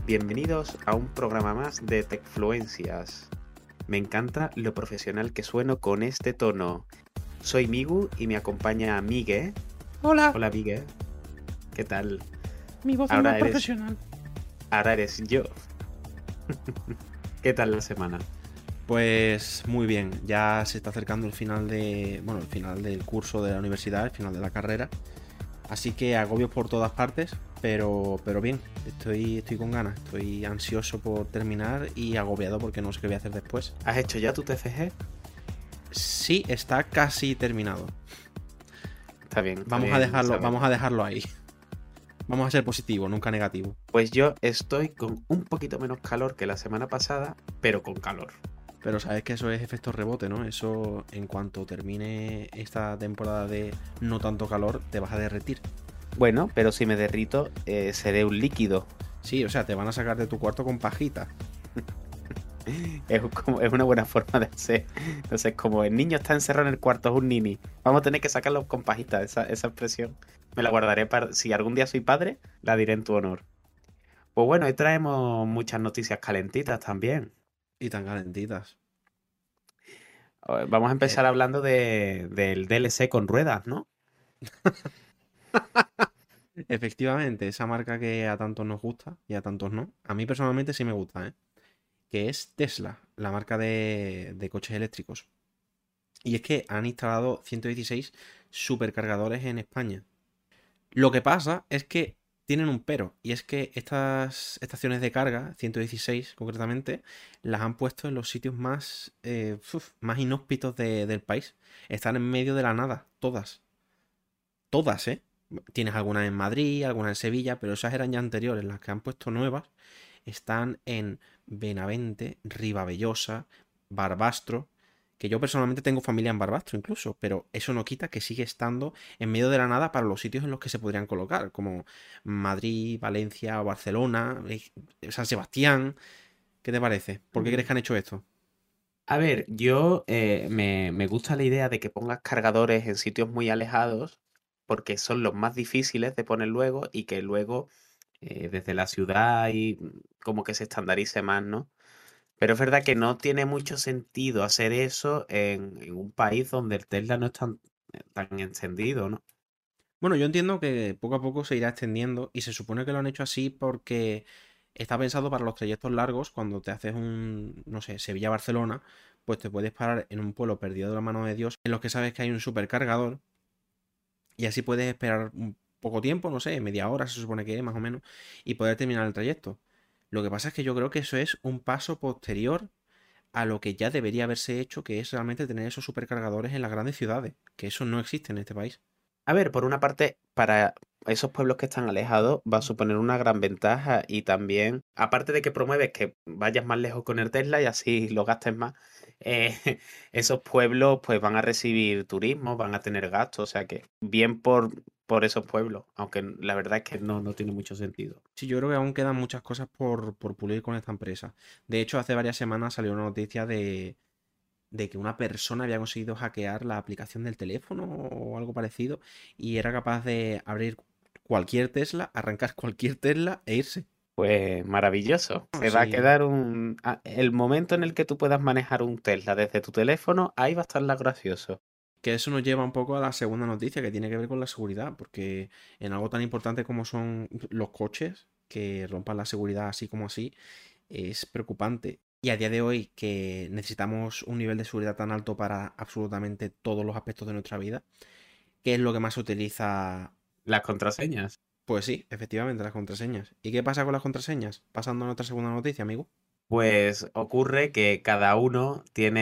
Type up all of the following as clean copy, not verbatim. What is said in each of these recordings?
Bienvenidos a un programa más de Tecfluencias. Me encanta lo profesional que sueno con este tono. Soy Migu y me acompaña Migue. Hola, Hola Migue, ¿qué tal? mi voz es Ahora más eres, profesional. ahora eres yo. ¿Qué tal la semana? Pues muy bien, ya se está acercando el final el final del curso de la universidad, el final de la carrera. Así que agobios por todas partes, pero bien, estoy con ganas, estoy ansioso por terminar y agobiado porque no sé qué voy a hacer después. ¿Has hecho ya tu TFG? Sí, está casi terminado. Está bien Vamos a saberlo. dejarlo ahí. Vamos a ser positivos, nunca negativo. Pues yo estoy con un poquito menos calor que la semana pasada, pero con calor. Pero sabes que eso es efecto rebote, ¿no? Eso, en cuanto termine esta temporada de no tanto calor, te vas a derretir. Bueno, pero si me derrito, seré un líquido. Sí, o sea, te van a sacar de tu cuarto con pajita. Es una buena forma de ser. Entonces, como el niño está encerrado en el cuarto, es un nini. Vamos a tener que sacarlo con pajita, esa expresión. Me la guardaré para si algún día soy padre, la diré en tu honor. Pues bueno, hoy traemos muchas noticias calentitas también. Y tan calentitas. Vamos a Eh, empezar hablando del DLC con ruedas, ¿no? Efectivamente, esa marca que a tantos nos gusta y a tantos no. A mí personalmente sí me gusta, ¿eh? Que es Tesla, la marca de coches eléctricos. Y es que han instalado 116 supercargadores en España. Lo que pasa es que tienen un pero, y es que estas estaciones de carga, 116 concretamente, las han puesto en los sitios más inhóspitos del país. Están en medio de la nada, todas. Todas, ¿eh? Tienes algunas en Madrid, algunas en Sevilla, pero esas eran ya anteriores. Las que han puesto nuevas están en Benavente, Ribavellosa, Barbastro, que yo personalmente tengo familia en Barbastro incluso, pero eso no quita que sigue estando en medio de la nada para los sitios en los que se podrían colocar, como Madrid, Valencia, Barcelona, San Sebastián. ¿Qué te parece? ¿Por qué crees Mm. que han hecho esto? A ver, yo me gusta la idea de que pongas cargadores en sitios muy alejados, porque son los más difíciles de poner luego y que luego desde la ciudad y como que se estandarice más, ¿no? Pero es verdad que no tiene mucho sentido hacer eso en un país donde el Tesla no es tan extendido, ¿no? Bueno, yo entiendo que poco a poco se irá extendiendo y se supone que lo han hecho así porque está pensado para los trayectos largos, cuando te haces no sé, Sevilla-Barcelona, pues te puedes parar en un pueblo perdido de la mano de Dios, en los que sabes que hay un supercargador y así puedes esperar un poco tiempo, no sé, media hora se supone que es más o menos, y poder terminar el trayecto. Lo que pasa es que yo creo que eso es un paso posterior a lo que ya debería haberse hecho, que es realmente tener esos supercargadores en las grandes ciudades, que eso no existe en este país. A ver, por una parte, para esos pueblos que están alejados va a suponer una gran ventaja y también, aparte de que promueves que vayas más lejos con el Tesla y así lo gastes más, eh, esos pueblos pues van a recibir turismo, van a tener gastos, o sea que bien por esos pueblos, aunque la verdad es que no tiene mucho sentido. Sí, yo creo que aún quedan muchas cosas por pulir con esta empresa. De hecho, hace varias semanas salió una noticia de que una persona había conseguido hackear la aplicación del teléfono o algo parecido y era capaz de abrir cualquier Tesla, arrancar cualquier Tesla e irse. Pues maravilloso. Se va a Sí, quedar el momento en el que tú puedas manejar un Tesla desde tu teléfono, ahí va a estar la gracioso. que eso nos lleva un poco a la segunda noticia que tiene que ver con la seguridad, porque en algo tan importante como son los coches, que rompan la seguridad así como así, es preocupante. Y a día de hoy que necesitamos un nivel de seguridad tan alto para absolutamente todos los aspectos de nuestra vida, ¿qué es lo que más se utiliza? Las contraseñas. Pues sí, efectivamente, las contraseñas. ¿Y qué pasa con las contraseñas? Pasando a nuestra segunda noticia, amigo. Pues ocurre que cada uno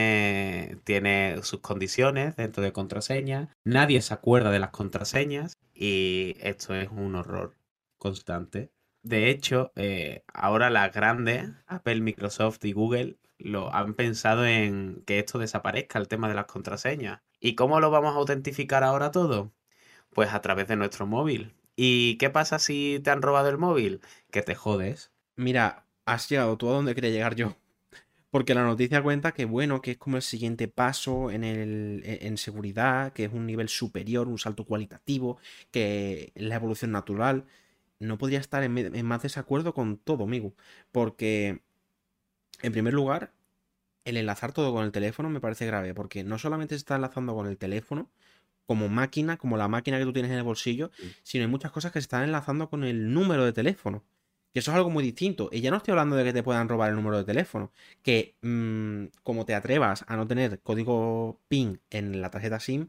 tiene sus condiciones dentro de contraseñas. Nadie se acuerda de las contraseñas y esto es un horror constante. De hecho, ahora las grandes, Apple, Microsoft y Google, lo han pensado en que esto desaparezca, el tema de las contraseñas. ¿Y cómo lo vamos a autentificar ahora todo? Pues a través de nuestro móvil. ¿Y qué pasa si te han robado el móvil? Que te jodes. Mira, has llegado tú a donde quería llegar yo. Porque la noticia cuenta que, bueno, que es como el siguiente paso en seguridad, que es un nivel superior, un salto cualitativo, que es la evolución natural. no podría estar en más desacuerdo con todo, amigo. Porque, en primer lugar, el enlazar todo con el teléfono me parece grave, porque no solamente se está enlazando con el teléfono como máquina, como la máquina que tú tienes en el bolsillo, sino hay muchas cosas que se están enlazando con el número de teléfono. Que eso es algo muy distinto. Y ya no estoy hablando de que te puedan robar el número de teléfono. Que como te atrevas a no tener código PIN en la tarjeta SIM,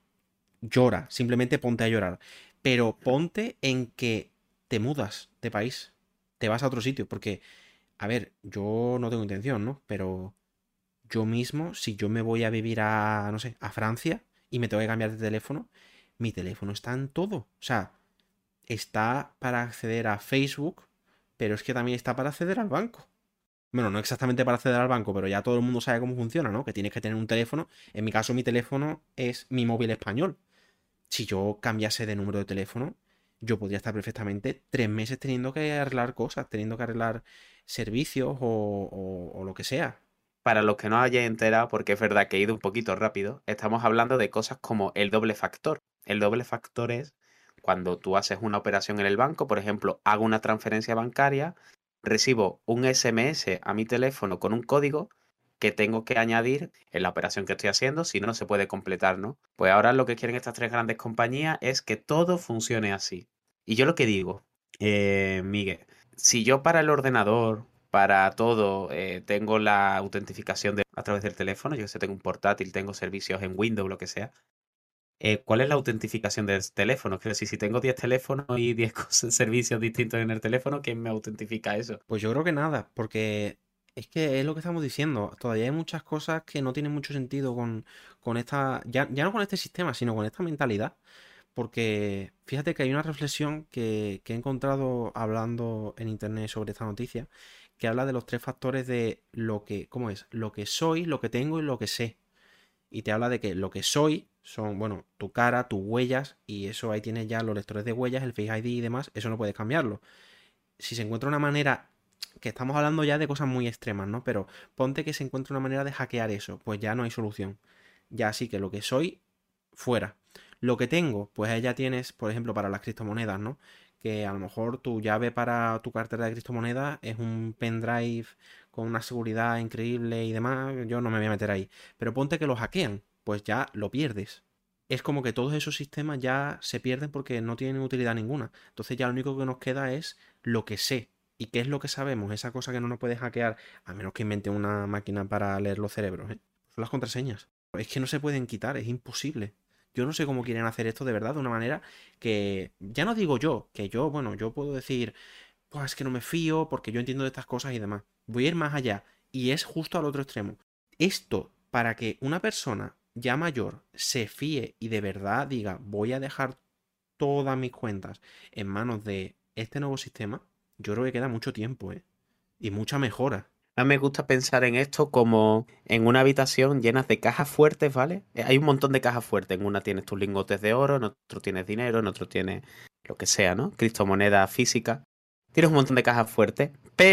llora. Simplemente ponte a llorar. Pero ponte en que te mudas de país. Te vas a otro sitio. Porque, a ver, yo no tengo intención, ¿no? Pero yo mismo, si yo me voy a vivir a, no sé, a Francia y me tengo que cambiar de teléfono, mi teléfono está en todo. O sea, está para acceder a Facebook, pero es que también está para acceder al banco. Bueno, no exactamente para acceder al banco, pero ya todo el mundo sabe cómo funciona, ¿no? Que tienes que tener un teléfono. En mi caso, mi teléfono es mi móvil español. Si yo cambiase de número de teléfono, yo podría estar perfectamente 3 meses teniendo que arreglar cosas, teniendo que arreglar servicios o lo que sea. Para los que no hayáis enterado, porque es verdad que he ido un poquito rápido, estamos hablando de cosas como el doble factor. El doble factor es cuando tú haces una operación en el banco, por ejemplo, hago una transferencia bancaria, recibo un SMS a mi teléfono con un código que tengo que añadir en la operación que estoy haciendo, si no, no se puede completar, ¿no? Pues ahora lo que quieren estas tres grandes compañías es que todo funcione así. Y yo lo que digo, Miguel, si yo para el ordenador, para todo, tengo la autentificación a través del teléfono, yo que sé, tengo un portátil, tengo servicios en Windows, lo que sea. ¿Cuál es la autentificación del teléfono? Quiero decir, si tengo 10 teléfonos y 10 servicios distintos en el teléfono, ¿quién me autentifica eso? Pues yo creo que nada, porque es que es lo que estamos diciendo. Todavía hay muchas cosas que no tienen mucho sentido con esta, ya no con este sistema, sino con esta mentalidad. Porque fíjate que hay una reflexión que he encontrado hablando en internet sobre esta noticia, que habla de los tres factores de lo que, ¿cómo es? Lo que soy, lo que tengo y lo que sé. Y te habla de que lo que soy son, bueno, tu cara, tus huellas, y eso ahí tienes ya los lectores de huellas, el Face ID y demás, eso no puedes cambiarlo. Si se encuentra una manera, que estamos hablando ya de cosas muy extremas, ¿no? Pero ponte que se encuentra una manera de hackear eso, pues ya no hay solución. Ya así que lo que soy, fuera. Lo que tengo, pues ahí ya tienes, por ejemplo, para las criptomonedas, ¿no? Que a lo mejor tu llave para tu cartera de criptomonedas es un pendrive con una seguridad increíble y demás, yo no me voy a meter ahí. Pero ponte que lo hackean, pues ya lo pierdes. Es como que todos esos sistemas ya se pierden porque no tienen utilidad ninguna. Entonces ya lo único que nos queda es lo que sé. ¿Y qué es lo que sabemos? Esa cosa que no nos puede hackear, a menos que invente una máquina para leer los cerebros, ¿eh? Son las contraseñas. Es que no se pueden quitar, es imposible. Yo no sé cómo quieren hacer esto de verdad, de una manera que, ya no digo yo, que yo, bueno, yo puedo decir, pues es que no me fío porque yo entiendo de estas cosas y demás. Voy a ir más allá. Y es justo al otro extremo. Esto, para que una persona ya mayor se fíe y de verdad diga, voy a dejar todas mis cuentas en manos de este nuevo sistema, yo creo que queda mucho tiempo, ¿eh? Y mucha mejora. A mí me gusta pensar en esto como en una habitación llena de cajas fuertes, ¿vale? Hay un montón de cajas fuertes. En una tienes tus lingotes de oro, en otro tienes dinero, en otro tienes lo que sea, ¿no? Criptomoneda física. Tienes un montón de cajas fuertes,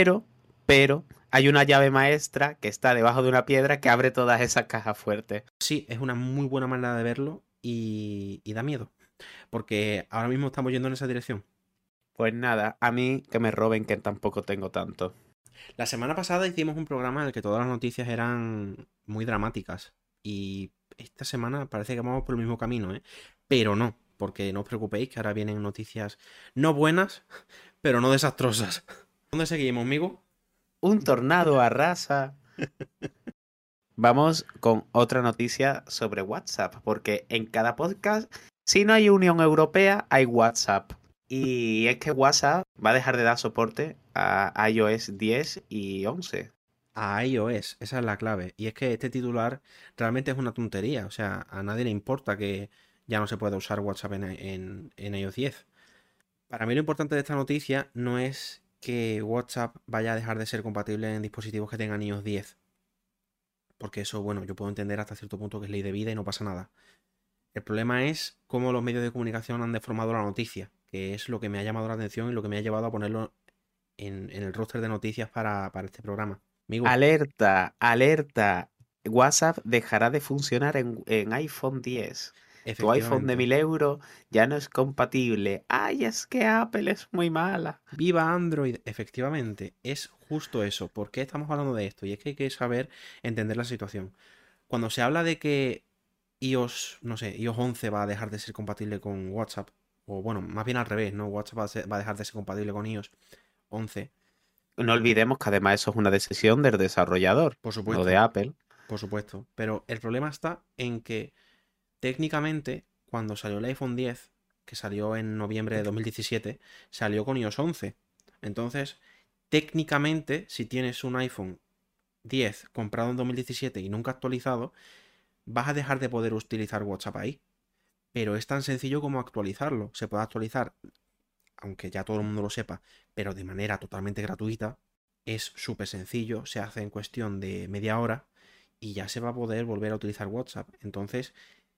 pero, hay una llave maestra que está debajo de una piedra que abre todas esas cajas fuertes. Sí, es una muy buena manera de verlo y da miedo. Porque ahora mismo estamos yendo en esa dirección. Pues nada, a mí que me roben que tampoco tengo tanto. La semana pasada hicimos un programa en el que todas las noticias eran muy dramáticas. Y esta semana parece que vamos por el mismo camino, ¿eh? Pero no, porque no os preocupéis que ahora vienen noticias no buenas, pero no desastrosas. ¿Dónde seguimos, amigo? Un tornado arrasa. Vamos con otra noticia sobre WhatsApp, porque en cada podcast, si no hay Unión Europea, hay WhatsApp. Y es que WhatsApp va a dejar de dar soporte a iOS 10 y 11. A iOS, esa es la clave. Y es que este titular realmente es una tontería. O sea, a nadie le importa que ya no se pueda usar WhatsApp en iOS 10. Para mí lo importante de esta noticia no es que WhatsApp vaya a dejar de ser compatible en dispositivos que tengan iOS 10. Porque eso, bueno, yo puedo entender hasta cierto punto que es ley de vida y no pasa nada. El problema es cómo los medios de comunicación han deformado la noticia, que es lo que me ha llamado la atención y lo que me ha llevado a ponerlo en el roster de noticias para este programa. Amigo, Alerta, alerta. WhatsApp dejará de funcionar en iPhone 10. Tu iPhone de Efectivamente. 1000 € ya no es compatible. Ay, es que Apple es muy mala. Viva Android, efectivamente, es justo eso. ¿Por qué estamos hablando de esto? Y es que hay que saber entender la situación. Cuando se habla de que iOS, no sé, iOS 11 va a dejar de ser compatible con WhatsApp, o bueno, más bien al revés, ¿no? WhatsApp va a dejar de ser compatible con iOS 11, No olvidemos que además eso es una decisión del desarrollador, por no de supuesto, Apple. por supuesto. Pero el problema está en que técnicamente, cuando salió el iPhone 10, que salió en noviembre de 2017, salió con iOS 11. Entonces, técnicamente, si tienes un iPhone 10 comprado en 2017 y nunca actualizado, vas a dejar de poder utilizar WhatsApp ahí. Pero es tan sencillo como actualizarlo. Se puede actualizar, aunque ya todo el mundo lo sepa, pero de manera totalmente gratuita. Es súper sencillo, se hace en cuestión de media hora y ya se va a poder volver a utilizar WhatsApp. Entonces,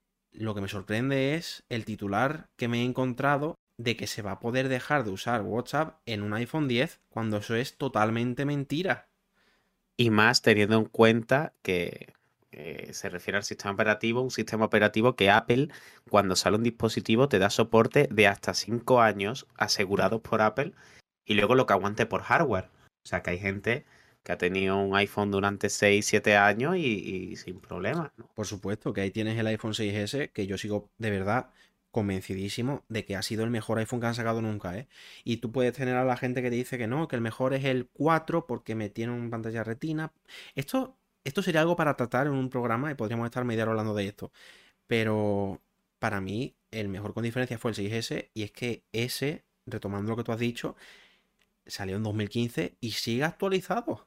lo que me sorprende es el titular que me he encontrado de que se va a poder dejar de usar WhatsApp en un iPhone 10 cuando eso es totalmente mentira. Y más teniendo en cuenta que se refiere al sistema operativo, un sistema operativo que Apple, cuando sale un dispositivo, te da soporte de hasta 5 años asegurados por Apple y luego lo que aguante por hardware. O sea que hay gente que ha tenido un iPhone durante 6 7 años y sin problemas, ¿no? Por supuesto que ahí tienes el iPhone 6S, que yo sigo de verdad convencidísimo de que ha sido el mejor iPhone que han sacado nunca, ¿eh? Y tú puedes tener a la gente que te dice que no, que el mejor es el 4 porque me tiene una pantalla retina. Esto sería algo para tratar en un programa y podríamos estar media hora hablando de esto. Pero para mí, el mejor con diferencia fue el 6S y es que ese, retomando lo que tú has dicho, salió en 2015 y sigue actualizado.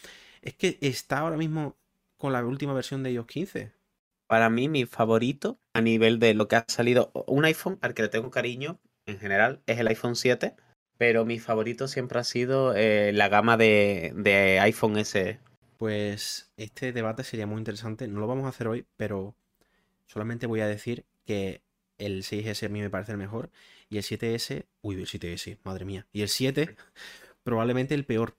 Es que está ahora mismo con la última versión de iOS 15. Para mí, mi favorito a nivel de lo que ha salido, un iPhone al que le tengo cariño en general es el iPhone 7, pero mi favorito siempre ha sido la gama de iPhone SE. Pues este debate sería muy interesante. No lo vamos a hacer hoy, pero solamente voy a decir que el 6S a mí me parece el mejor y el 7S, uy, el 7S, madre mía, y el 7 probablemente el peor.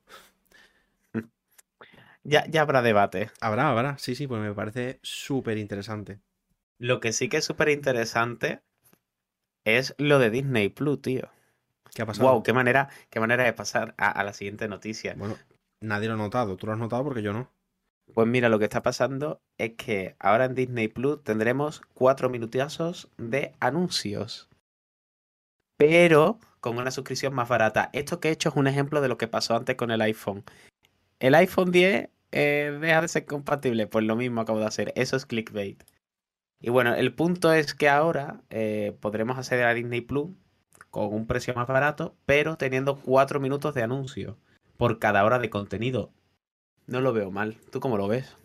Ya habrá debate. Habrá, sí, sí, pues me parece súper interesante. Lo que sí que es súper interesante es lo de Disney Plus, tío. ¿Qué ha Wow, pasado? qué manera de pasar a la siguiente noticia. Bueno, nadie lo ha notado. Tú lo has notado porque yo no. Pues mira, lo que está pasando es que ahora en Disney Plus tendremos 4 minutazos de anuncios, pero con una suscripción más barata. Esto que he hecho es un ejemplo de lo que pasó antes con el iPhone. El iPhone 10 deja de ser compatible, pues lo mismo acabo de hacer. Eso es clickbait. Y bueno, el punto es que ahora podremos acceder a Disney Plus con un precio más barato, pero teniendo 4 minutos de anuncio por cada hora de contenido. No lo veo mal. ¿Tú cómo lo ves?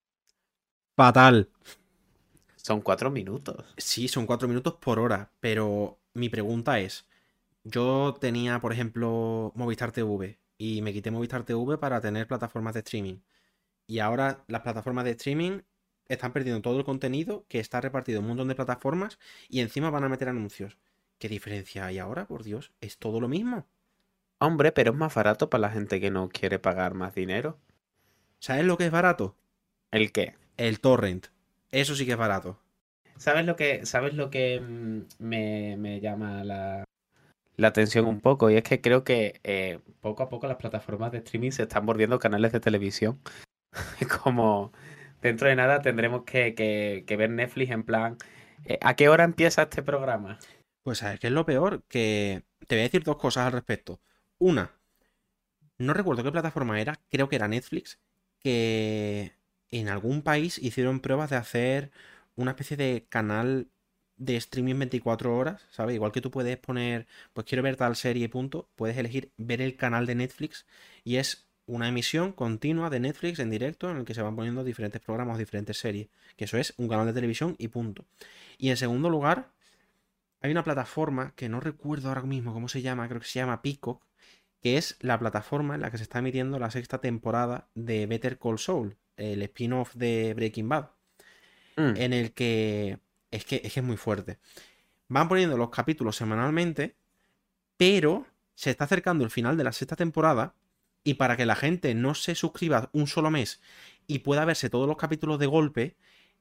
Fatal. Son 4 minutos. Sí, son 4 minutos por hora, pero mi pregunta es, yo tenía, por ejemplo, Movistar TV y me quité Movistar TV para tener plataformas de streaming. Y ahora las plataformas de streaming están perdiendo todo el contenido que está repartido en un montón de plataformas y encima van a meter anuncios. ¿Qué diferencia hay ahora? Por Dios, es todo lo mismo. Hombre, pero es más barato para la gente que no quiere pagar más dinero. ¿Sabes lo que es barato? ¿El qué? El torrent. Eso sí que es barato. ¿Sabes lo que me llama la atención un poco? Y es que creo que poco a poco las plataformas de streaming se están volviendo canales de televisión. Es como dentro de nada tendremos que ver Netflix en plan, ¿a qué hora empieza este programa? Pues ¿sabes qué es lo peor? Que te voy a decir dos cosas al respecto. Una, no recuerdo qué plataforma era, creo que era Netflix, que en algún país hicieron pruebas de hacer una especie de canal de streaming 24 horas, ¿sabes? Igual que tú puedes poner, pues quiero ver tal serie, punto, puedes elegir ver el canal de Netflix y es una emisión continua de Netflix en directo en el que se van poniendo diferentes programas, diferentes series, que eso es un canal de televisión y punto. Y en segundo lugar, hay una plataforma que no recuerdo ahora mismo cómo se llama, creo que se llama Peacock, que es la plataforma en la que se está emitiendo la sexta temporada de Better Call Saul, el spin-off de Breaking Bad, Mm. en el que es que es muy fuerte. Van poniendo los capítulos semanalmente, pero se está acercando el final de la sexta temporada y para que la gente no se suscriba un solo mes y pueda verse todos los capítulos de golpe,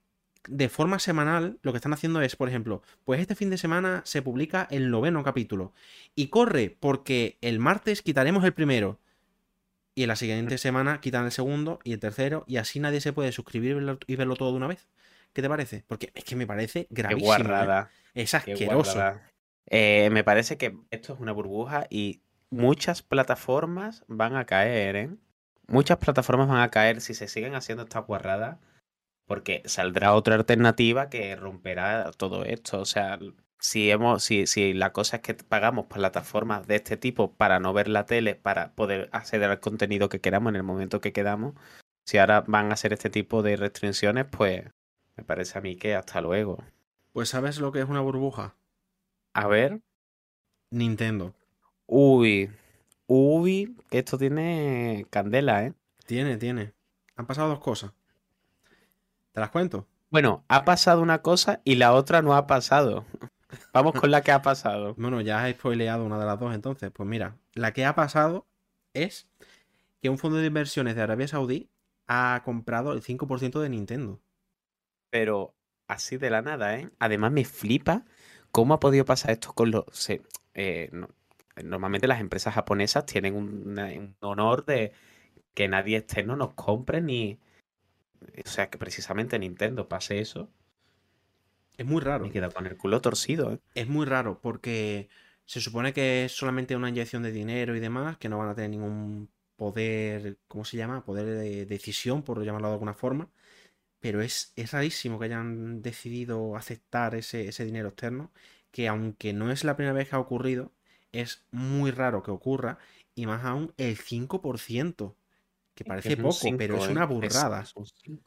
de forma semanal, lo que están haciendo es, por ejemplo, pues este fin de semana se publica el 9º capítulo. Y corre porque el martes quitaremos el primero. Y en la siguiente semana quitan el segundo y el tercero. Y así nadie se puede suscribir y verlo todo de una vez. ¿Qué te parece? Porque es que me parece Qué gravísimo, ¿eh? guarrada, Es qué asqueroso. guarrada. Me parece que esto es una burbuja y muchas plataformas van a caer, ¿eh? Muchas plataformas van a caer si se siguen haciendo estas guarradas, porque saldrá otra alternativa que romperá todo esto. O sea, si la cosa es que pagamos plataformas de este tipo para no ver la tele, para poder acceder al contenido que queramos en el momento que queramos, si ahora van a hacer este tipo de restricciones, pues me parece a mí que hasta luego. Pues ¿sabes lo que es una burbuja? A ver. Nintendo. Uy, uy, que esto tiene candela, ¿eh? Tiene. Han pasado dos cosas. ¿Te las cuento? Bueno, ha pasado una cosa y la otra no ha pasado. Vamos con la que ha pasado. Bueno, ya he spoileado una de las dos entonces. Pues mira, la que ha pasado es que un fondo de inversiones de Arabia Saudí ha comprado el 5% de Nintendo. Pero así de la nada, ¿eh? Además me flipa cómo ha podido pasar esto con los... normalmente las empresas japonesas tienen un honor de que nadie externo nos compre ni... O sea, que precisamente Nintendo pase eso. Es muy Me raro. queda con el culo torcido, ¿eh? Es muy raro porque se supone que es solamente una inyección de dinero y demás, que no van a tener ningún poder, ¿cómo se llama? Poder de decisión, por llamarlo de alguna forma. Pero es rarísimo que hayan decidido aceptar ese dinero externo, que aunque no es la primera vez que ha ocurrido, es muy raro que ocurra, y más aún el 5%, que Es que parece es un poco, pero 5, es ¿eh? una Es, burrada. es un 5.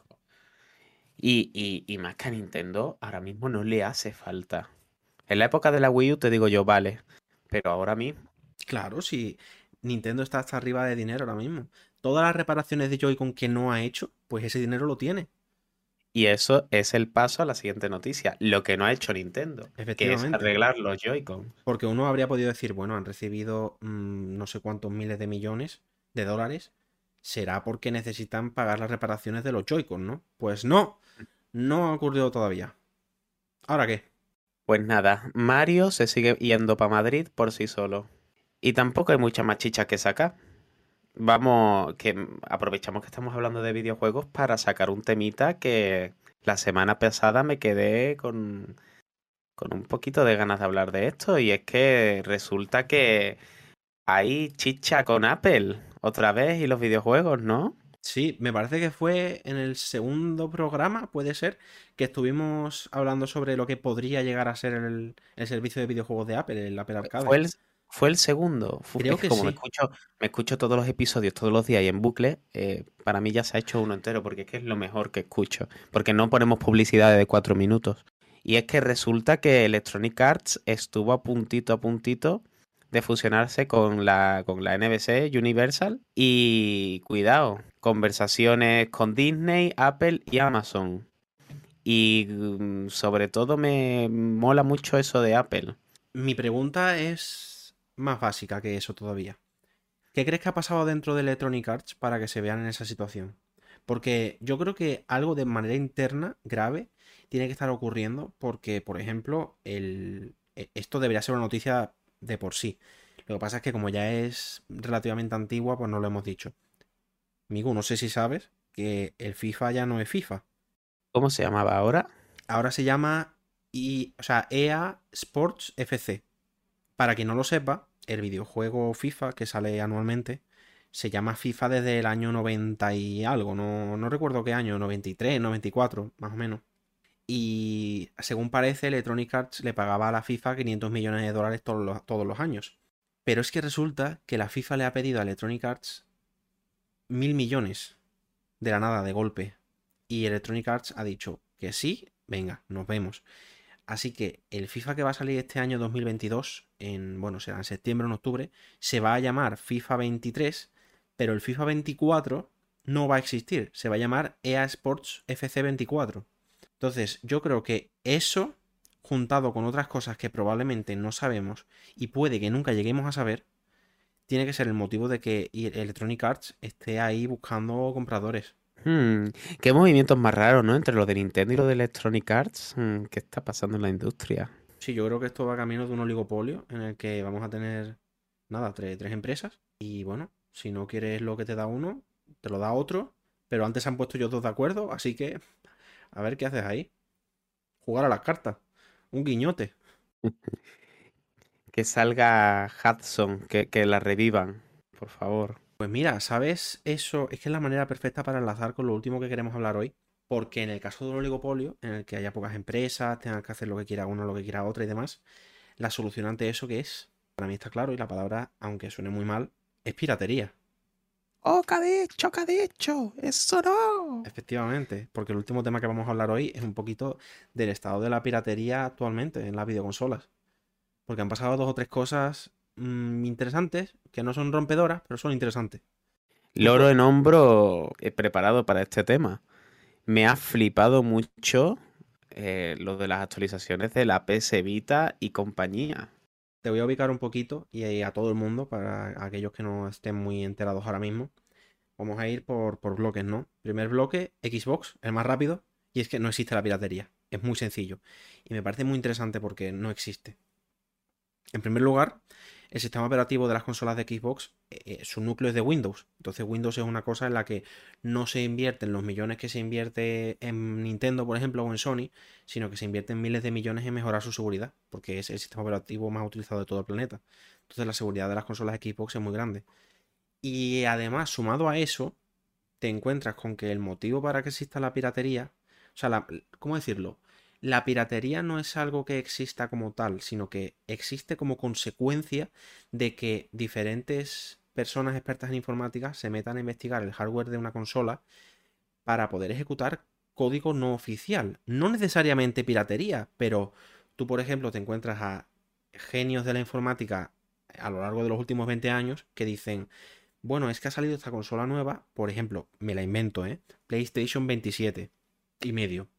Y más que a Nintendo, ahora mismo no le hace falta. En la época de la Wii U te digo yo, vale. Pero ahora mismo. Claro, si Nintendo está hasta arriba de dinero ahora mismo. Todas las reparaciones de Joy-Con que no ha hecho, pues ese dinero lo tiene, Y eso es el paso a la siguiente noticia. Lo que no ha hecho Nintendo, que es efectivamente. arreglar los Joy-Con. Porque uno habría podido decir, bueno, han recibido no sé cuántos miles de millones de dólares. Será porque necesitan pagar las reparaciones de los Joy-Con, ¿no? Pues no, no ha ocurrido todavía. ¿Ahora qué? Pues nada, Mario se sigue yendo para Madrid por sí solo. Y tampoco hay mucha más chicha que sacar. Vamos, que aprovechamos que estamos hablando de videojuegos para sacar un temita que la semana pasada me quedé con un poquito de ganas de hablar de esto. Y es que resulta que hay chicha con Apple otra vez y los videojuegos, ¿no? Sí, me parece que fue en el segundo programa, puede ser, que estuvimos hablando sobre lo que podría llegar a ser el servicio de videojuegos de Apple, el Apple Fue Arcade. el, fue el segundo. Es Creo que que como sí. me escucho todos los episodios todos los días y en bucle, para mí ya se ha hecho uno entero porque es que es lo mejor que escucho. Porque no ponemos publicidad de 4 minutos. Y es que resulta que Electronic Arts estuvo a puntito de fusionarse con la NBC Universal. Y cuidado, conversaciones con Disney, Apple y Amazon. Y sobre todo me mola mucho eso de Apple. Mi pregunta es más básica que eso todavía. ¿Qué crees que ha pasado dentro de Electronic Arts para que se vean en esa situación? Porque yo creo que algo de manera interna, grave, tiene que estar ocurriendo porque, por ejemplo, esto debería ser una noticia de por sí. Lo que pasa es que como ya es relativamente antigua, pues no lo hemos dicho. Migu, no sé si sabes que el FIFA ya no es FIFA. ¿Cómo se llamaba ahora? Ahora se llama o sea, EA Sports FC. Para quien no lo sepa, el videojuego FIFA que sale anualmente se llama FIFA desde el año 90 y algo, no recuerdo qué año, 93, 94, más o menos. Y según parece, Electronic Arts le pagaba a la FIFA 500 millones de dólares todos los años. Pero es que resulta que la FIFA le ha pedido a Electronic Arts 1.000 millones de la nada, de golpe. Y Electronic Arts ha dicho que sí, venga, nos vemos. Así que el FIFA que va a salir este año 2022, bueno, será en septiembre o en octubre, se va a llamar FIFA 23, pero el FIFA 24 no va a existir, se va a llamar EA Sports FC 24. Entonces, yo creo que eso, juntado con otras cosas que probablemente no sabemos y puede que nunca lleguemos a saber, tiene que ser el motivo de que Electronic Arts esté ahí buscando compradores. Hmm, qué movimientos más raros, ¿no? Entre lo de Nintendo y lo de Electronic Arts. ¿Qué está pasando en la industria? Sí, yo creo que esto va camino de un oligopolio en el que vamos a tener, nada, tres empresas. Y bueno, si no quieres lo que te da uno, te lo da otro. Pero antes se han puesto ellos dos de acuerdo, así que a ver qué haces ahí. Jugar a las cartas. Un guiñote. Que salga Hudson, que la revivan, por favor. Pues mira, ¿sabes? Eso es que es la manera perfecta para enlazar con lo último que queremos hablar hoy. Porque en el caso de un oligopolio, en el que haya pocas empresas, tengan que hacer lo que quiera una, lo que quiera otra y demás, la solución ante eso que es, para mí está claro, y la palabra, aunque suene muy mal, es piratería. ¡Oh, qué ha dicho! ¡Eso no! Efectivamente, porque el último tema que vamos a hablar hoy es un poquito del estado de la piratería actualmente en las videoconsolas. Porque han pasado dos o tres cosas interesantes, que no son rompedoras, pero son interesantes. Loro en hombro preparado para este tema. Me ha flipado mucho lo de las actualizaciones de la PS Vita y compañía. Te voy a ubicar un poquito y a todo el mundo, para aquellos que no estén muy enterados ahora mismo. Vamos a ir por bloques, ¿no? Primer bloque, Xbox, el más rápido, y es que no existe la piratería. Es muy sencillo. Y me parece muy interesante porque no existe. En primer lugar, el sistema operativo de las consolas de Xbox, su núcleo es de Windows. Entonces Windows es una cosa en la que no se invierten los millones que se invierte en Nintendo, por ejemplo, o en Sony, sino que se invierten miles de millones en mejorar su seguridad, porque es el sistema operativo más utilizado de todo el planeta. Entonces la seguridad de las consolas de Xbox es muy grande. Y además, sumado a eso, te encuentras con que el motivo para que exista la piratería, o sea, ¿cómo decirlo? La piratería no es algo que exista como tal, sino que existe como consecuencia de que diferentes personas expertas en informática se metan a investigar el hardware de una consola para poder ejecutar código no oficial. No necesariamente piratería, pero tú, por ejemplo, te encuentras a genios de la informática a lo largo de los últimos 20 años que dicen, bueno, es que ha salido esta consola nueva, por ejemplo, me la invento, ¿eh? PlayStation 27 y medio.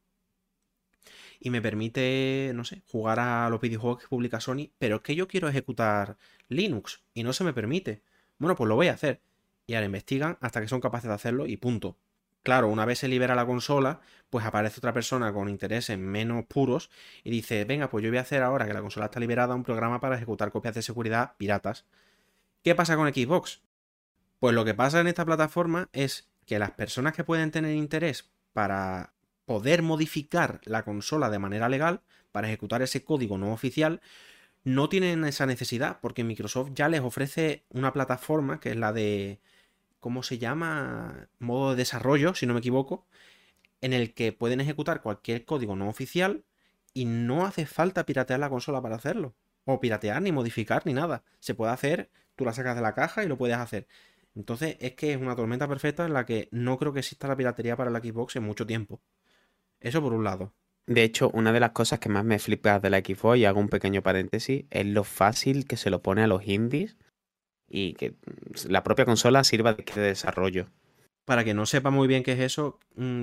Y me permite, no sé, jugar a los videojuegos que publica Sony, pero es que yo quiero ejecutar Linux y no se me permite. Bueno, pues lo voy a hacer. Y ahora investigan hasta que son capaces de hacerlo y punto. Claro, una vez se libera la consola, pues aparece otra persona con intereses menos puros y dice, venga, pues yo voy a hacer ahora que la consola está liberada un programa para ejecutar copias de seguridad piratas. ¿Qué pasa con Xbox? Pues lo que pasa en esta plataforma es que las personas que pueden tener interés para poder modificar la consola de manera legal, para ejecutar ese código no oficial, no tienen esa necesidad, porque Microsoft ya les ofrece una plataforma que es la de, ¿cómo se llama? Modo de desarrollo, si no me equivoco, en el que pueden ejecutar cualquier código no oficial y no hace falta piratear la consola para hacerlo. O piratear, ni modificar, ni nada. Se puede hacer, tú la sacas de la caja y lo puedes hacer. Entonces es que es una tormenta perfecta en la que no creo que exista la piratería para la Xbox en mucho tiempo. Eso por un lado. De hecho, una de las cosas que más me flipa de la Xbox, y hago un pequeño paréntesis, es lo fácil que se lo pone a los indies y que la propia consola sirva de desarrollo. Para que no sepa muy bien qué es eso,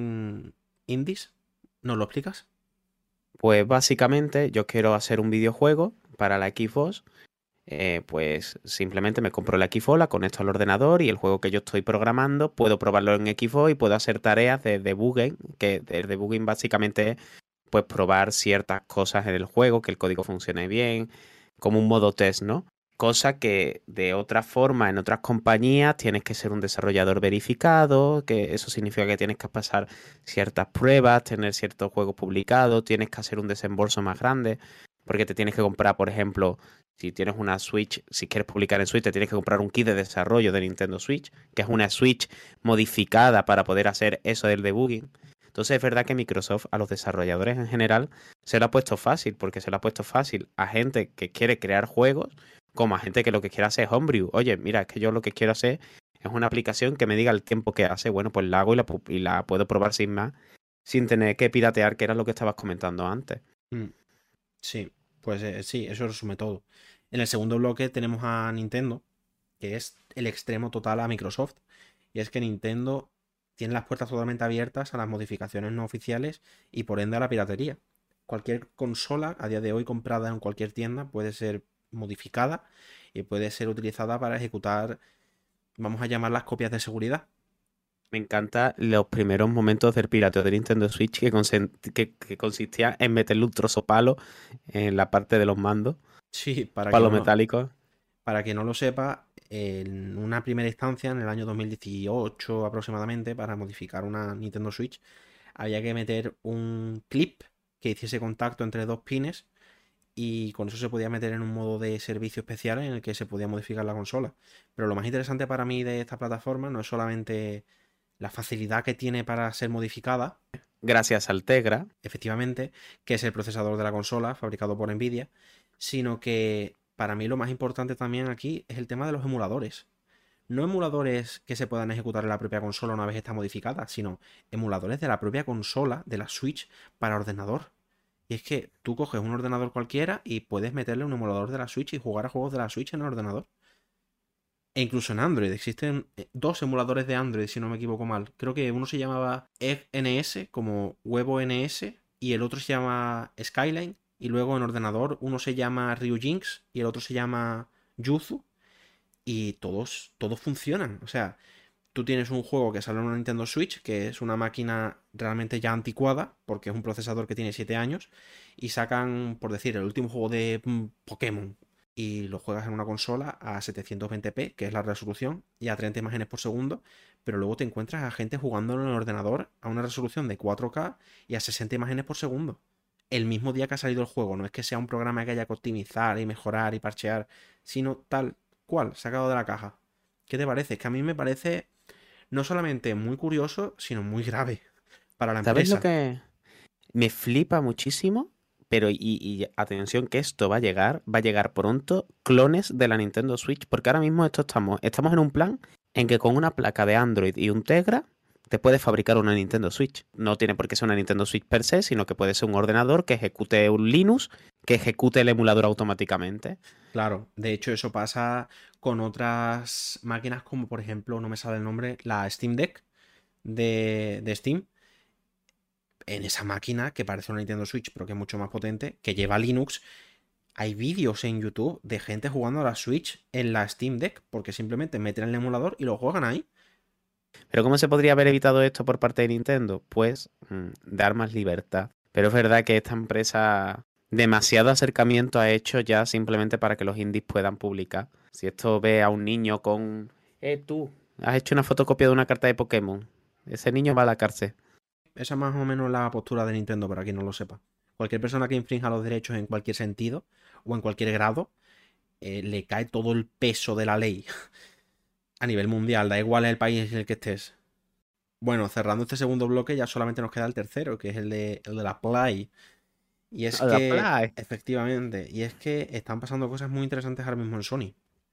indies, ¿nos lo explicas? Pues básicamente yo quiero hacer un videojuego para la Xbox, pues simplemente me compro la Xbox, la conecto al ordenador y el juego que yo estoy programando puedo probarlo en Xbox y puedo hacer tareas de debugging, que el debugging básicamente es pues probar ciertas cosas en el juego, que el código funcione bien, como un modo test, ¿no? Cosa que de otra forma en otras compañías tienes que ser un desarrollador verificado, que eso significa que tienes que pasar ciertas pruebas, tener ciertos juegos publicados, tienes que hacer un desembolso más grande, porque te tienes que comprar, por ejemplo, si tienes una Switch, si quieres publicar en Switch, te tienes que comprar un kit de desarrollo de Nintendo Switch, que es una Switch modificada para poder hacer eso del debugging. Entonces es verdad que Microsoft a los desarrolladores en general se lo ha puesto fácil, porque se lo ha puesto fácil a gente que quiere crear juegos, como a gente que lo que quiere hacer es homebrew. Oye, mira, es que yo lo que quiero hacer es una aplicación que me diga el tiempo que hace. Bueno, pues la hago y la puedo probar sin más, sin tener que piratear, que era lo que estabas comentando antes. Mm, sí, pues sí, eso resume todo. En el segundo bloque tenemos a Nintendo, que es el extremo total a Microsoft. Y es que Nintendo tiene las puertas totalmente abiertas a las modificaciones no oficiales y por ende a la piratería. Cualquier consola a día de hoy comprada en cualquier tienda puede ser modificada y puede ser utilizada para ejecutar, vamos a llamar las copias de seguridad. Me encantan los primeros momentos del pirateo de Nintendo Switch que consistía en meterle un trozo palo en la parte de los mandos, Sí, palos metálicos. para que no lo sepa, en una primera instancia, en el año 2018 aproximadamente, para modificar una Nintendo Switch, había que meter un clip que hiciese contacto entre dos pines y con eso se podía meter en un modo de servicio especial en el que se podía modificar la consola. Pero lo más interesante para mí de esta plataforma no es solamente la facilidad que tiene para ser modificada, Gracias al Tegra. efectivamente, que es el procesador de la consola fabricado por Nvidia, sino que para mí lo más importante también aquí es el tema de los emuladores. No emuladores que se puedan ejecutar en la propia consola una vez está modificada, sino emuladores de la propia consola, de la Switch, para ordenador. Y es que tú coges un ordenador cualquiera y puedes meterle un emulador de la Switch y jugar a juegos de la Switch en el ordenador. E incluso en Android existen dos emuladores de Android, si no me equivoco mal. Creo que uno se llamaba EggNS, como huevo NS, y el otro se llama Skyline. Y luego en ordenador uno se llama Ryujinx y el otro se llama Yuzu. Y todos funcionan. O sea, tú tienes un juego que sale en una Nintendo Switch, que es una máquina realmente ya anticuada, porque es un procesador que tiene 7 años, y sacan, por decir, el último juego de Pokémon, y lo juegas en una consola a 720p, que es la resolución, y a 30 imágenes por segundo, pero luego te encuentras a gente jugando en el ordenador a una resolución de 4K y a 60 imágenes por segundo. El mismo día que ha salido el juego, no es que sea un programa que haya que optimizar y mejorar y parchear, sino tal cual, sacado de la caja. ¿Qué te parece? Es que a mí me parece no solamente muy curioso, sino muy grave para la ¿Sabes lo empresa. que me flipa muchísimo? Pero, y atención que esto va a llegar pronto, clones de la Nintendo Switch, porque ahora mismo estamos en un plan en que con una placa de Android y un Tegra te puedes fabricar una Nintendo Switch. No tiene por qué ser una Nintendo Switch per se, sino que puede ser un ordenador que ejecute un Linux, que ejecute el emulador automáticamente. Claro, de hecho eso pasa con otras máquinas como por ejemplo, no me sale el nombre, la Steam Deck de Steam. En esa máquina que parece una Nintendo Switch, pero que es mucho más potente, que lleva Linux, hay vídeos en YouTube de gente jugando a la Switch en la Steam Deck, porque simplemente meten el emulador y lo juegan ahí. Pero ¿cómo se podría haber evitado esto por parte de Nintendo? Pues dar más libertad. Pero es verdad que esta empresa demasiado acercamiento ha hecho ya simplemente para que los indies puedan publicar. Si esto ve a un niño con... tú, has hecho una fotocopia de una carta de Pokémon. Ese niño va a la cárcel. Esa es más o menos la postura de Nintendo, para quien no lo sepa. Cualquier persona que infrinja los derechos en cualquier sentido o en cualquier grado, le cae todo el peso de la ley a nivel mundial, da igual el país en el que estés. Bueno, cerrando este segundo bloque ya solamente nos queda el tercero, que es el de la Play. Y es A la que, play. efectivamente, y es que están pasando cosas muy interesantes ahora mismo en Sony.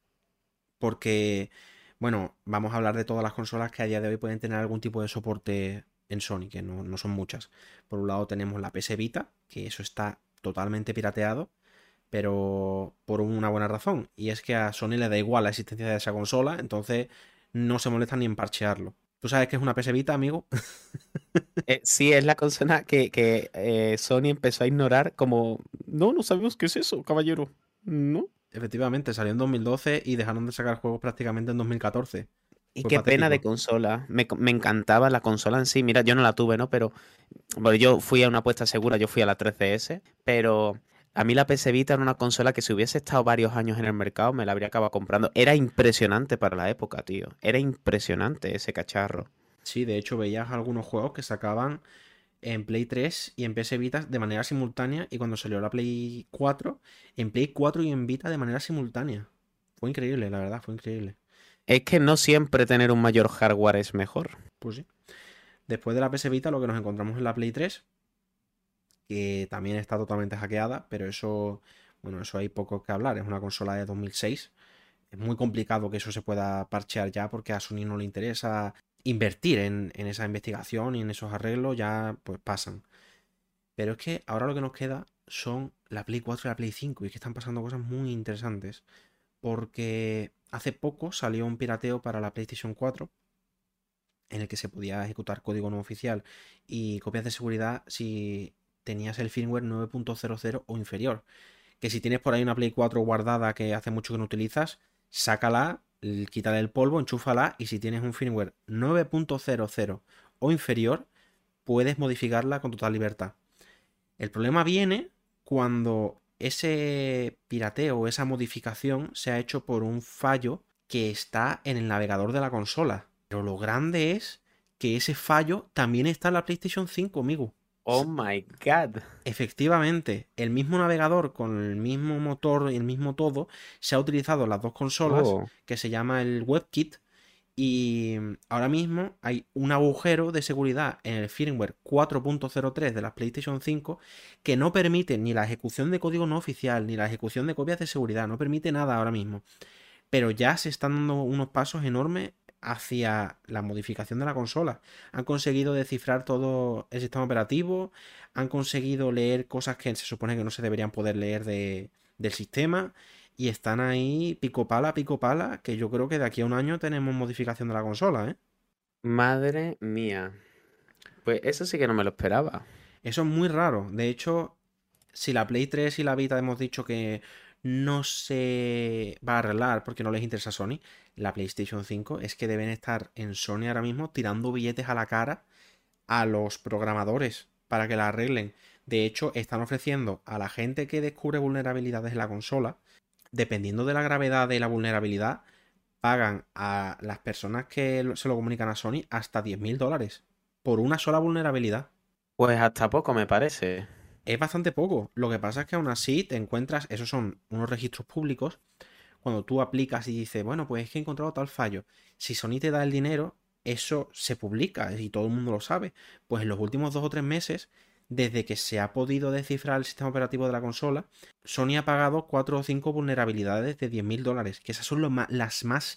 Porque, bueno, vamos a hablar de todas las consolas que a día de hoy pueden tener algún tipo de soporte en Sony, que no son muchas. Por un lado tenemos la PS Vita, que eso está totalmente pirateado, pero por una buena razón. Y es que a Sony le da igual la existencia de esa consola, entonces no se molesta ni en parchearlo. ¿Tú sabes qué es una PS Vita, amigo? Sí, es la consola que Sony empezó a ignorar como... No, no sabemos qué es eso, caballero. No. Efectivamente, salió en 2012 y dejaron de sacar juegos prácticamente en 2014. Y Fue qué pena de patético. consola. Me encantaba la consola en sí. Mira, yo no la tuve, ¿no? Pero bueno, yo fui a una apuesta segura, yo fui a la 3DS. Pero a mí la PS Vita era una consola que si hubiese estado varios años en el mercado me la habría acabado comprando. Era impresionante para la época, tío. Era impresionante ese cacharro. Sí, de hecho veías algunos juegos que sacaban en Play 3 y en PS Vita de manera simultánea y cuando salió la Play 4, en Play 4 y en Vita de manera simultánea. Fue increíble, la verdad, fue increíble. Es que no siempre tener un mayor hardware es mejor. Pues sí. Después de la PS Vita lo que nos encontramos en la Play 3, que también está totalmente hackeada, pero eso, bueno, eso hay poco que hablar, es una consola de 2006. Es muy complicado que eso se pueda parchear ya porque a Sony no le interesa invertir en esa investigación y en esos arreglos, ya pues pasan. Pero es que ahora lo que nos queda son la Play 4 y la Play 5 y es que están pasando cosas muy interesantes. Porque hace poco salió un pirateo para la PlayStation 4 en el que se podía ejecutar código no oficial y copias de seguridad si tenías el firmware 9.00 o inferior. Que si tienes por ahí una Play 4 guardada que hace mucho que no utilizas, sácala, quítale el polvo, enchúfala y si tienes un firmware 9.00 o inferior, puedes modificarla con total libertad. El problema viene cuando ese pirateo o esa modificación se ha hecho por un fallo que está en el navegador de la consola. Pero lo grande es que ese fallo también está en la PlayStation 5, amigo. Oh my God. Efectivamente, el mismo navegador con el mismo motor y el mismo todo se ha utilizado en las dos consolas, Oh. que se llama el WebKit, y ahora mismo hay un agujero de seguridad en el firmware 4.03 de la PlayStation 5 que no permite ni la ejecución de código no oficial, ni la ejecución de copias de seguridad, no permite nada ahora mismo. Pero ya se están dando unos pasos enormes hacia la modificación de la consola. Han conseguido descifrar todo el sistema operativo, han conseguido leer cosas que se supone que no se deberían poder leer del sistema y están ahí pico pala, que yo creo que de aquí a un año tenemos modificación de la consola, ¿eh? Madre mía. Pues eso sí que no me lo esperaba. Eso es muy raro. De hecho, si la Play 3 y la Vita hemos dicho que no se va a arreglar porque no les interesa a Sony, la PlayStation 5 es que deben estar en Sony ahora mismo tirando billetes a la cara a los programadores para que la arreglen. De hecho, están ofreciendo a la gente que descubre vulnerabilidades en la consola, dependiendo de la gravedad de la vulnerabilidad, pagan a las personas que se lo comunican a Sony hasta $10.000 por una sola vulnerabilidad. Pues hasta poco me parece. Es bastante poco. Lo que pasa es que aún así te encuentras, esos son unos registros públicos, cuando tú aplicas y dices, bueno, pues es que he encontrado tal fallo. Si Sony te da el dinero, eso se publica y todo el mundo lo sabe. Pues en los últimos 2 o 3 meses, desde que se ha podido descifrar el sistema operativo de la consola, Sony ha pagado 4 o 5 vulnerabilidades de $10.000, que esas son las más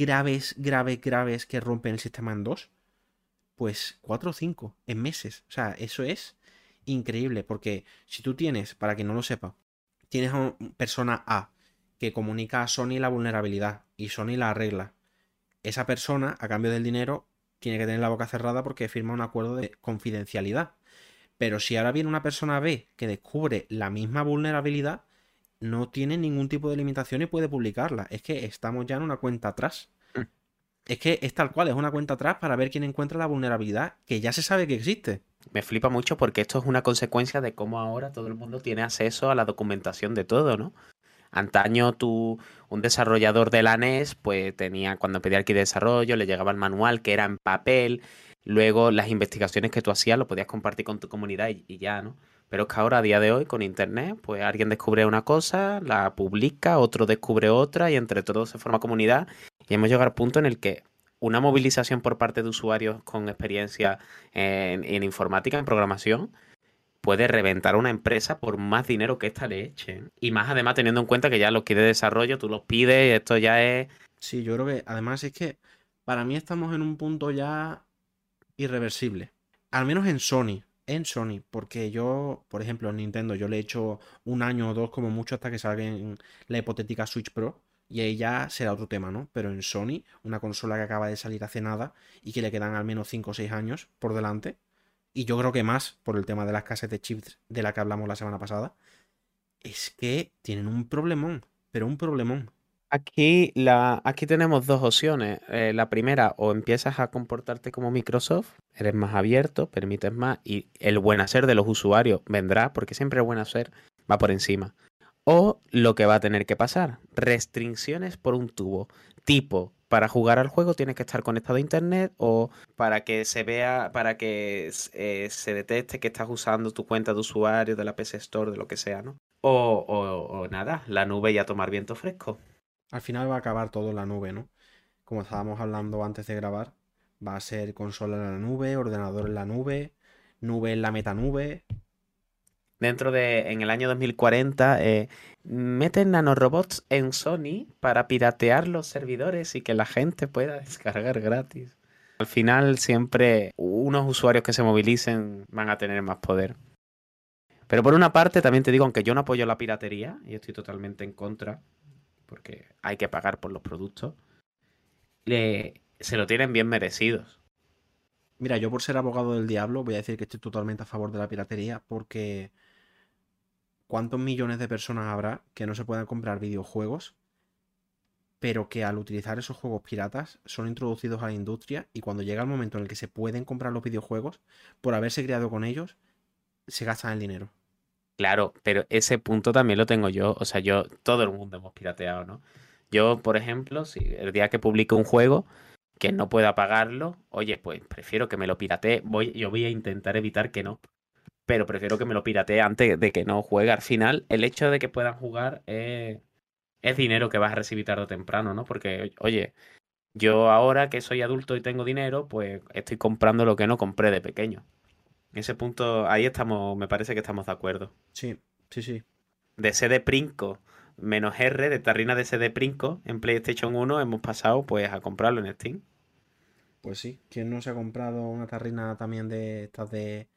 graves que rompen el sistema en dos. Pues 4 o 5 en meses. O sea, eso es increíble, porque si tú tienes, para quien no lo sepa, tienes a una persona A que comunica a Sony la vulnerabilidad y Sony la arregla, esa persona, a cambio del dinero, tiene que tener la boca cerrada porque firma un acuerdo de confidencialidad. Pero si ahora viene una persona B que descubre la misma vulnerabilidad, no tiene ningún tipo de limitación y puede publicarla. Es que estamos ya en una cuenta atrás. Es que es tal cual, es una cuenta atrás para ver quién encuentra la vulnerabilidad que ya se sabe que existe. Me flipa mucho porque esto es una consecuencia de cómo ahora todo el mundo tiene acceso a la documentación de todo, ¿no? Antaño un desarrollador de la NES, pues tenía, cuando pedía el kit de desarrollo, le llegaba el manual que era en papel, luego las investigaciones que tú hacías lo podías compartir con tu comunidad y ya, ¿no? Pero es que ahora, a día de hoy, con internet, pues alguien descubre una cosa, la publica, otro descubre otra y entre todos se forma comunidad y hemos llegado al punto en el que una movilización por parte de usuarios con experiencia en informática, en programación, puede reventar una empresa por más dinero que ésta le eche. Y más además teniendo en cuenta que ya los kits de desarrollo tú los pides y esto ya es... Sí, yo creo que además es que para mí estamos en un punto ya irreversible. Al menos en Sony, porque yo, por ejemplo, en Nintendo, yo le he hecho un año o dos como mucho hasta que salga en la hipotética Switch Pro. Y ahí ya será otro tema, ¿no? Pero en Sony, una consola que acaba de salir hace nada y que le quedan al menos 5 o 6 años por delante, y yo creo que más por el tema de las casas de chips de la que hablamos la semana pasada, es que tienen un problemón, pero un problemón. Aquí tenemos dos opciones. La primera, o empiezas a comportarte como Microsoft, eres más abierto, permites más, y el buen hacer de los usuarios vendrá, porque siempre el buen hacer va por encima. O lo que va a tener que pasar, restricciones por un tubo. Tipo, para jugar al juego tienes que estar conectado a internet o para que se vea, para que se detecte que estás usando tu cuenta de usuario de la PC Store, de lo que sea, ¿no? O nada, la nube y a tomar viento fresco. Al final va a acabar todo en la nube, ¿no? Como estábamos hablando antes de grabar, va a ser consola en la nube, ordenador en la nube en la metanube. En el año 2040, meten nanorobots en Sony para piratear los servidores y que la gente pueda descargar gratis. Al final, siempre unos usuarios que se movilicen van a tener más poder. Pero por una parte, también te digo, aunque yo no apoyo la piratería, y estoy totalmente en contra, porque hay que pagar por los productos, se lo tienen bien merecidos. Mira, yo por ser abogado del diablo voy a decir que estoy totalmente a favor de la piratería porque ¿cuántos millones de personas habrá que no se puedan comprar videojuegos pero que al utilizar esos juegos piratas son introducidos a la industria y cuando llega el momento en el que se pueden comprar los videojuegos, por haberse creado con ellos, se gastan el dinero. Claro, pero ese punto también lo tengo yo. O sea, todo el mundo hemos pirateado, ¿no? Yo, por ejemplo, si el día que publique un juego que no pueda pagarlo, oye, pues prefiero que me lo piratee. Yo voy a intentar evitar que no, pero prefiero que me lo piratee antes de que no juegue. Al final, el hecho de que puedan jugar es dinero que vas a recibir tarde o temprano, ¿no? Porque, oye, yo ahora que soy adulto y tengo dinero, pues estoy comprando lo que no compré de pequeño. En ese punto, ahí estamos, me parece que estamos de acuerdo. Sí, sí, sí. De CD Princo menos R, de tarrina de CD Princo en PlayStation 1, hemos pasado pues a comprarlo en Steam. Pues sí. ¿Quién no se ha comprado una tarrina también de estas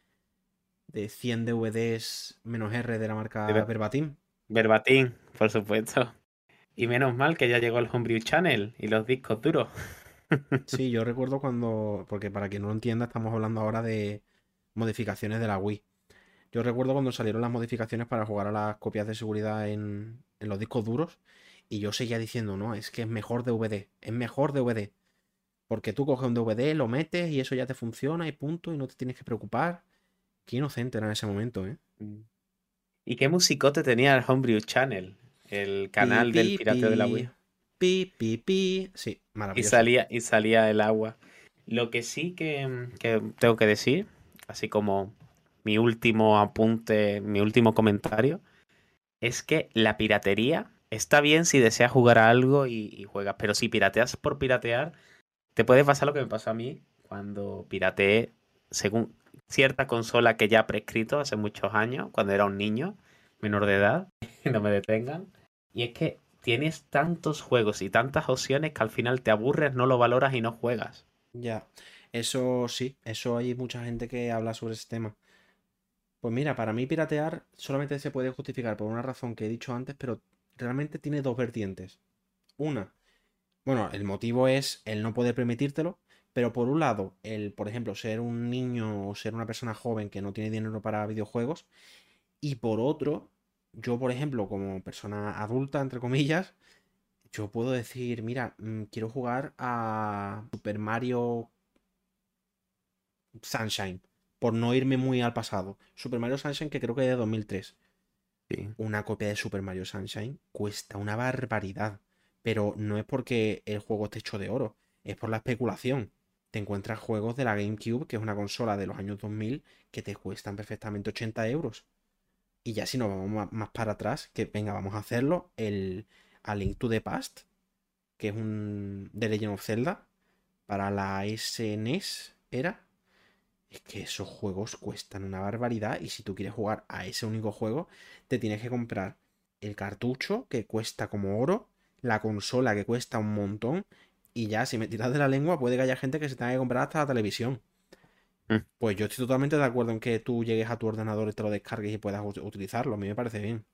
de 100 DVDs menos R de la De marca ver- Verbatim? Verbatim, por supuesto. Y menos mal que ya llegó el Homebrew Channel y los discos duros. Sí, yo recuerdo cuando, porque para quien no lo entienda, estamos hablando ahora de modificaciones de la Wii. Yo recuerdo cuando salieron las modificaciones para jugar a las copias de seguridad en los discos duros y yo seguía diciendo, no, es que es mejor DVD, es mejor DVD. Porque tú coges un DVD, lo metes y eso ya te funciona y punto y no te tienes que preocupar. Qué inocente era en ese momento, ¿eh? ¿Y qué musicote tenía el Homebrew Channel? El Pi, canal del pi, pirateo de la pi, Wii. pi, pi, pi. Sí, Y maravilloso. salía el agua. Lo que sí que tengo que decir, así como mi último apunte, mi último comentario, es que la piratería está bien si deseas jugar a algo y juegas, pero si pirateas por piratear, te puede pasar lo que me pasó a mí cuando pirateé según cierta consola que ya ha prescrito hace muchos años, cuando era un niño menor de edad, no me detengan. Y es que tienes tantos juegos y tantas opciones que al final te aburres, no lo valoras y no juegas. Ya, eso sí, eso hay mucha gente que habla sobre ese tema. Pues mira, para mí piratear solamente se puede justificar por una razón que he dicho antes, pero realmente tiene dos vertientes. Una, bueno, el motivo es el no poder permitírtelo, pero por un lado, el, por ejemplo, ser un niño o ser una persona joven que no tiene dinero para videojuegos, y por otro, yo, por ejemplo, como persona adulta, entre comillas, yo puedo decir, mira, quiero jugar a Super Mario Sunshine, por no irme muy al pasado. Super Mario Sunshine que creo que es de 2003. Sí. Una copia de Super Mario Sunshine cuesta una barbaridad, pero no es porque el juego esté hecho de oro, es por la especulación. Te encuentras juegos de la GameCube, que es una consola de los años 2000, que te cuestan perfectamente 80 euros. Y ya si nos vamos más para atrás, que venga, vamos a hacerlo, el A Link to the Past, que es un The Legend of Zelda, para la SNES, ¿era? Es que esos juegos cuestan una barbaridad y si tú quieres jugar a ese único juego, te tienes que comprar el cartucho que cuesta como oro, la consola que cuesta un montón y ya si me tiras de la lengua puede que haya gente que se tenga que comprar hasta la televisión. Mm. Pues yo estoy totalmente de acuerdo en que tú llegues a tu ordenador y te lo descargues y puedas utilizarlo. A mí me parece bien.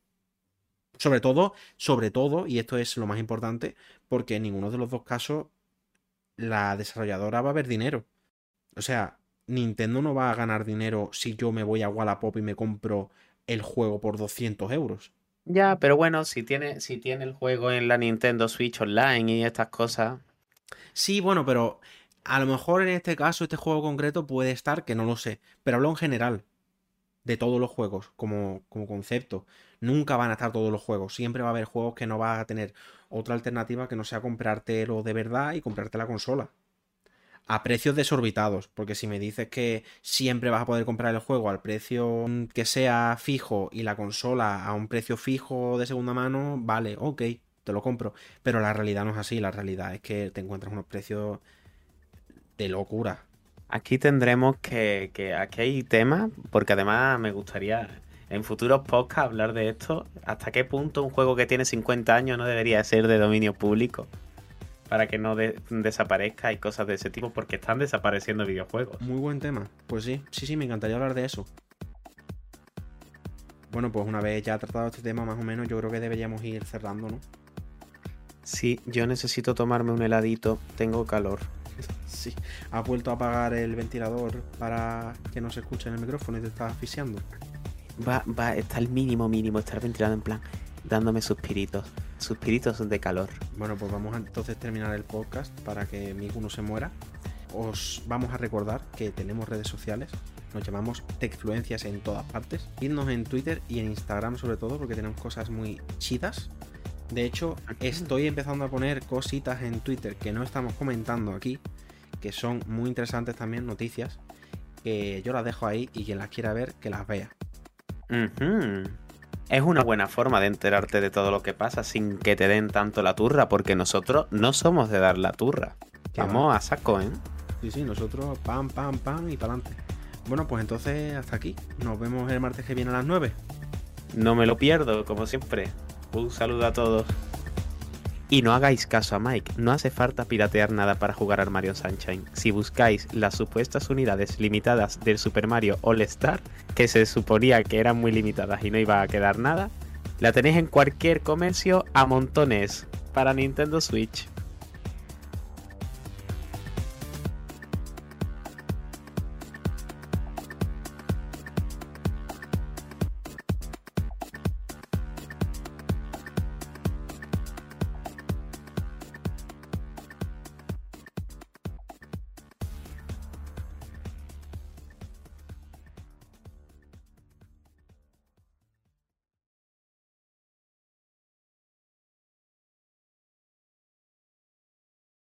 Sobre todo, y esto es lo más importante, porque en ninguno de los dos casos la desarrolladora va a ver dinero. O sea, Nintendo no va a ganar dinero si yo me voy a Wallapop y me compro el juego por 200 euros. Ya, pero bueno, si tiene el juego en la Nintendo Switch Online y estas cosas. Sí, bueno, pero a lo mejor en este caso, este juego concreto puede estar, que no lo sé, pero hablo en general de todos los juegos como concepto. Nunca van a estar todos los juegos. Siempre va a haber juegos que no vas a tener otra alternativa que no sea comprártelo de verdad y comprarte la consola. A precios desorbitados, porque si me dices que siempre vas a poder comprar el juego al precio que sea fijo y la consola a un precio fijo de segunda mano, vale, ok, te lo compro. Pero la realidad no es así, la realidad es que te encuentras unos precios de locura. Aquí tendremos aquí hay temas, porque además me gustaría en futuros podcasts hablar de esto. ¿Hasta qué punto un juego que tiene 50 años no debería ser de dominio público? Para que no desaparezca y cosas de ese tipo, porque están desapareciendo videojuegos. Muy buen tema. Pues sí, sí, sí, me encantaría hablar de eso. Bueno, pues una vez ya tratado este tema más o menos, yo creo que deberíamos ir cerrando, ¿no? Sí, yo necesito tomarme un heladito, tengo calor. Sí. ¿Has vuelto a apagar el ventilador para que no se escuche en el micrófono y te estás asfixiando? Está el mínimo, está el ventilado en plan, dándome suspiritos. Suspiritos de calor. Bueno, pues vamos a entonces terminar el podcast para que Miku no se muera. Os vamos a recordar que tenemos redes sociales. Nos llamamos Techfluencias en todas partes. Idnos en Twitter y en Instagram sobre todo, porque tenemos cosas muy chidas. De hecho, estoy empezando a poner cositas en Twitter que no estamos comentando aquí, que son muy interesantes también, noticias, que yo las dejo ahí y quien las quiera ver, que las vea. Es una buena forma de enterarte de todo lo que pasa sin que te den tanto la turra, porque nosotros no somos de dar la turra. Vamos a saco, ¿eh? Sí, nosotros pam y para adelante. Bueno, pues entonces hasta aquí. Nos vemos el martes que viene a las 9. No me lo pierdo, como siempre. Un saludo a todos. Y no hagáis caso a Mike, no hace falta piratear nada para jugar al Mario Sunshine. Si buscáis las supuestas unidades limitadas del Super Mario All Star, que se suponía que eran muy limitadas y no iba a quedar nada, la tenéis en cualquier comercio a montones para Nintendo Switch.